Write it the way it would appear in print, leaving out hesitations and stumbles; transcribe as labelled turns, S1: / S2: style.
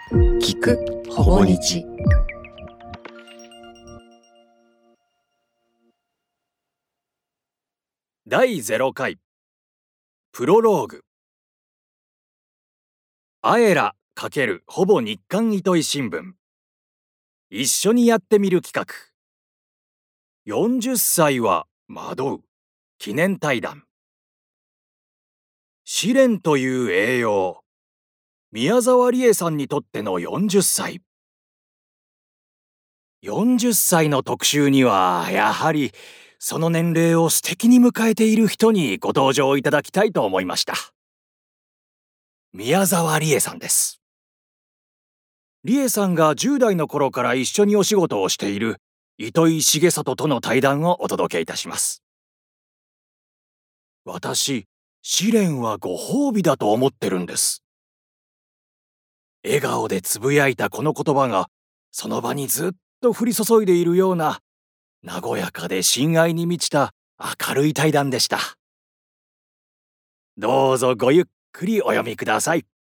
S1: 聞くほぼ日。
S2: 第0回プロローグ。アエラ×ほぼ日刊糸井新聞、一緒にやってみる企画。40歳は惑う記念対談。試練という栄養、宮沢りえさんにとっての40歳。40歳の特集にはやはりその年齢を素敵に迎えている人にご登場いただきたいと思いました。宮沢りえさんです。りえさんが10代の頃から一緒にお仕事をしている糸井重里との対談をお届けいたします。私、試練はご褒美だと思ってるんです。笑顔でつぶやいたこの言葉がその場にずっと降り注いでいるような和やかで親愛に満ちた明るい対談でした。どうぞごゆっくりお読みください。